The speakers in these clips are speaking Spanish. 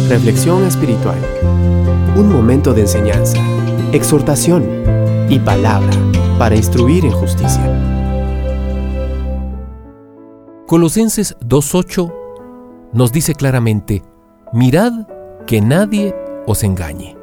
Reflexión espiritual. Un momento de enseñanza, exhortación y palabra para instruir en justicia. Colosenses 2:8 nos dice claramente: mirad que nadie os engañe.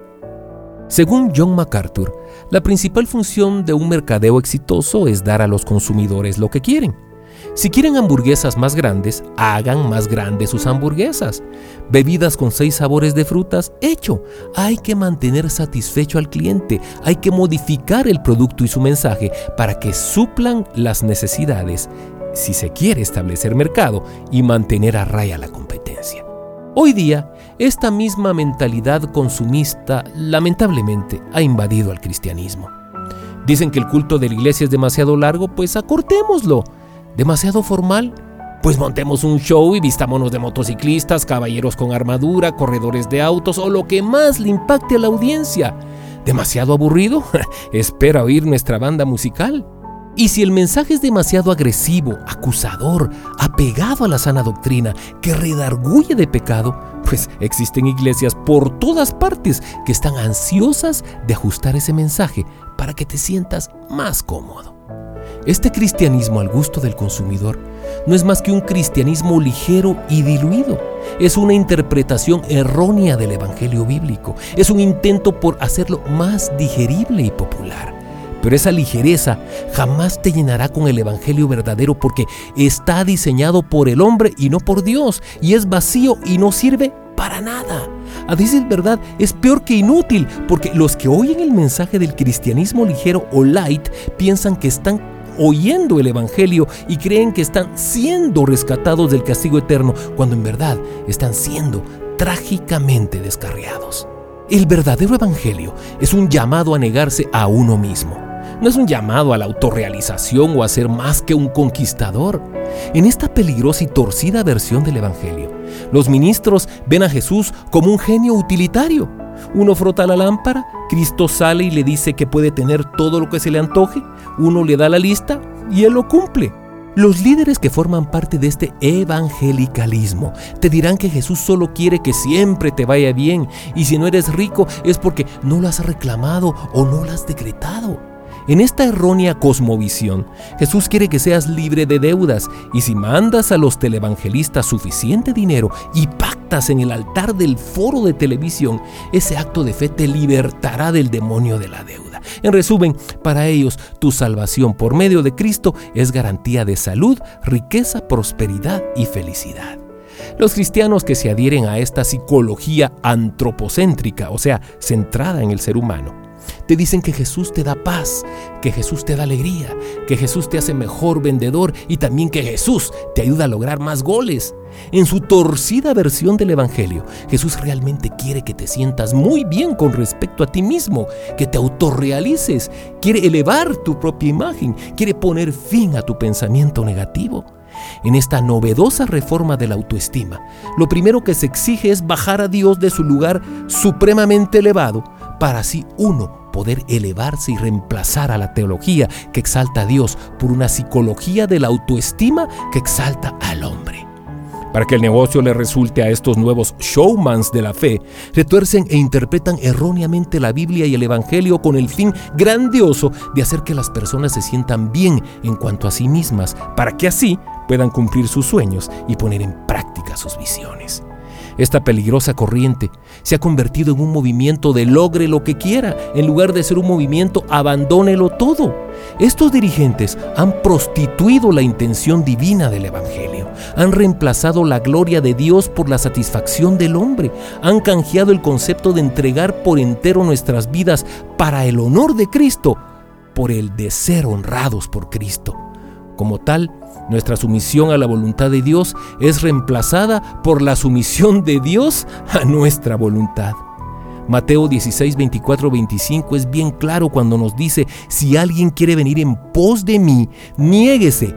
Según John MacArthur, la principal función de un mercadeo exitoso es dar a los consumidores lo que quieren. Si quieren hamburguesas más grandes, hagan más grandes sus hamburguesas. Bebidas con 6 sabores de frutas, hecho. Hay que mantener satisfecho al cliente. Hay que modificar el producto y su mensaje para que suplan las necesidades, si se quiere establecer mercado y mantener a raya la competencia. Hoy día, esta misma mentalidad consumista, lamentablemente, ha invadido al cristianismo. Dicen que el culto de la iglesia es demasiado largo, pues acortémoslo. ¿Demasiado formal? Pues montemos un show y vistámonos de motociclistas, caballeros con armadura, corredores de autos o lo que más le impacte a la audiencia. ¿Demasiado aburrido? Espera oír nuestra banda musical. Y si el mensaje es demasiado agresivo, acusador, apegado a la sana doctrina, que redarguye de pecado, pues existen iglesias por todas partes que están ansiosas de ajustar ese mensaje para que te sientas más cómodo. Este cristianismo al gusto del consumidor no es más que un cristianismo ligero y diluido. Es una interpretación errónea del evangelio bíblico. Es un intento por hacerlo más digerible y popular. Pero esa ligereza jamás te llenará con el evangelio verdadero, porque está diseñado por el hombre y no por Dios, y es vacío y no sirve para nada. A decir verdad, es peor que inútil, porque los que oyen el mensaje del cristianismo ligero o light piensan que están oyendo el evangelio y creen que están siendo rescatados del castigo eterno, cuando en verdad están siendo trágicamente descarriados. El verdadero evangelio es un llamado a negarse a uno mismo. No es un llamado a la autorrealización o a ser más que un conquistador. En esta peligrosa y torcida versión del evangelio, los ministros ven a Jesús como un genio utilitario. Uno frota la lámpara, Cristo sale y le dice que puede tener todo lo que se le antoje, uno le da la lista y él lo cumple. Los líderes que forman parte de este evangelicalismo te dirán que Jesús solo quiere que siempre te vaya bien, y si no eres rico es porque no lo has reclamado o no lo has decretado. En esta errónea cosmovisión, Jesús quiere que seas libre de deudas, y si mandas a los televangelistas suficiente dinero y pactas en el altar del foro de televisión, ese acto de fe te libertará del demonio de la deuda. En resumen, para ellos, tu salvación por medio de Cristo es garantía de salud, riqueza, prosperidad y felicidad. Los cristianos que se adhieren a esta psicología antropocéntrica, o sea, centrada en el ser humano, te dicen que Jesús te da paz, que Jesús te da alegría, que Jesús te hace mejor vendedor y también que Jesús te ayuda a lograr más goles. En su torcida versión del evangelio, Jesús realmente quiere que te sientas muy bien con respecto a ti mismo, que te autorrealices, quiere elevar tu propia imagen, quiere poner fin a tu pensamiento negativo. En esta novedosa reforma de la autoestima, lo primero que se exige es bajar a Dios de su lugar supremamente elevado, para así uno poder elevarse y reemplazar a la teología que exalta a Dios por una psicología de la autoestima que exalta al hombre. Para que el negocio le resulte a estos nuevos showmans de la fe, retuercen e interpretan erróneamente la Biblia y el Evangelio con el fin grandioso de hacer que las personas se sientan bien en cuanto a sí mismas, para que así puedan cumplir sus sueños y poner en práctica sus visiones. Esta peligrosa corriente se ha convertido en un movimiento de logre lo que quiera, en lugar de ser un movimiento abandónelo todo. Estos dirigentes han prostituido la intención divina del evangelio, han reemplazado la gloria de Dios por la satisfacción del hombre, han canjeado el concepto de entregar por entero nuestras vidas para el honor de Cristo por el de ser honrados por Cristo. Como tal, nuestra sumisión a la voluntad de Dios es reemplazada por la sumisión de Dios a nuestra voluntad. Mateo 16, 24, 25 es bien claro cuando nos dice: si alguien quiere venir en pos de mí, niéguese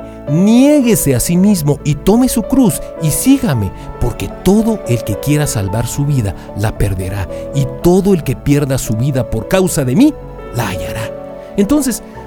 a sí mismo y tome su cruz y sígame, porque todo el que quiera salvar su vida la perderá, y todo el que pierda su vida por causa de mí la hallará. Entonces,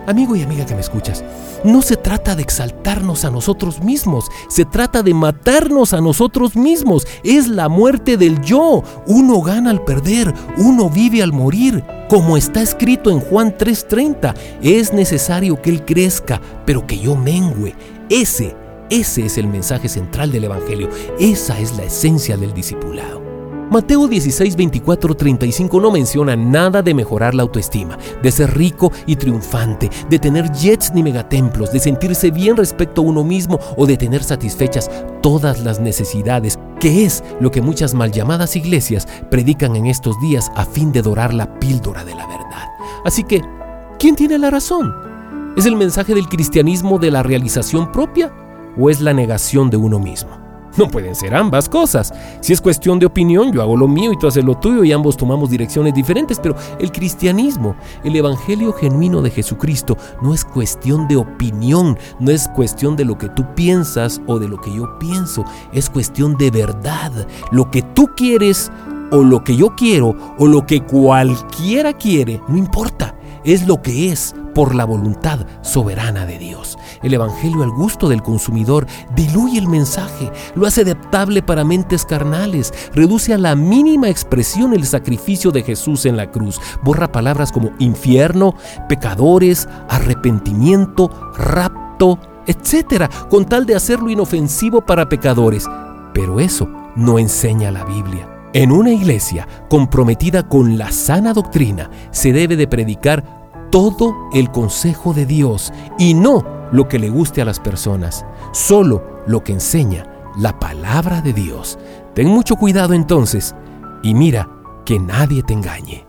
Amigo y amiga que me escuchas, no se trata de exaltarnos a nosotros mismos, se trata de matarnos a nosotros mismos. Es la muerte del yo. Uno gana al perder, uno vive al morir. Como está escrito en Juan 3:30, es necesario que Él crezca, pero que yo mengüe. Ese es el mensaje central del Evangelio. Esa es la esencia del discipulado. Mateo 16, 24, 35 no menciona nada de mejorar la autoestima, de ser rico y triunfante, de tener jets ni megatemplos, de sentirse bien respecto a uno mismo o de tener satisfechas todas las necesidades, que es lo que muchas mal llamadas iglesias predican en estos días a fin de dorar la píldora de la verdad. Así que, ¿quién tiene la razón? ¿Es el mensaje del cristianismo de la realización propia o es la negación de uno mismo? No pueden ser ambas cosas. Si es cuestión de opinión, yo hago lo mío y tú haces lo tuyo y ambos tomamos direcciones diferentes, pero el cristianismo, el evangelio genuino de Jesucristo, no es cuestión de opinión, no es cuestión de lo que tú piensas o de lo que yo pienso, es cuestión de verdad. Lo que tú quieres o lo que yo quiero o lo que cualquiera quiere, no importa. Es lo que es por la voluntad soberana de Dios. El evangelio al gusto del consumidor diluye el mensaje, lo hace adaptable para mentes carnales, reduce a la mínima expresión el sacrificio de Jesús en la cruz, borra palabras como infierno, pecadores, arrepentimiento, rapto, etc., con tal de hacerlo inofensivo para pecadores. Pero eso no enseña la Biblia. En una iglesia comprometida con la sana doctrina, se debe de predicar todo el consejo de Dios y no lo que le guste a las personas, solo lo que enseña la palabra de Dios. Ten mucho cuidado entonces y mira que nadie te engañe.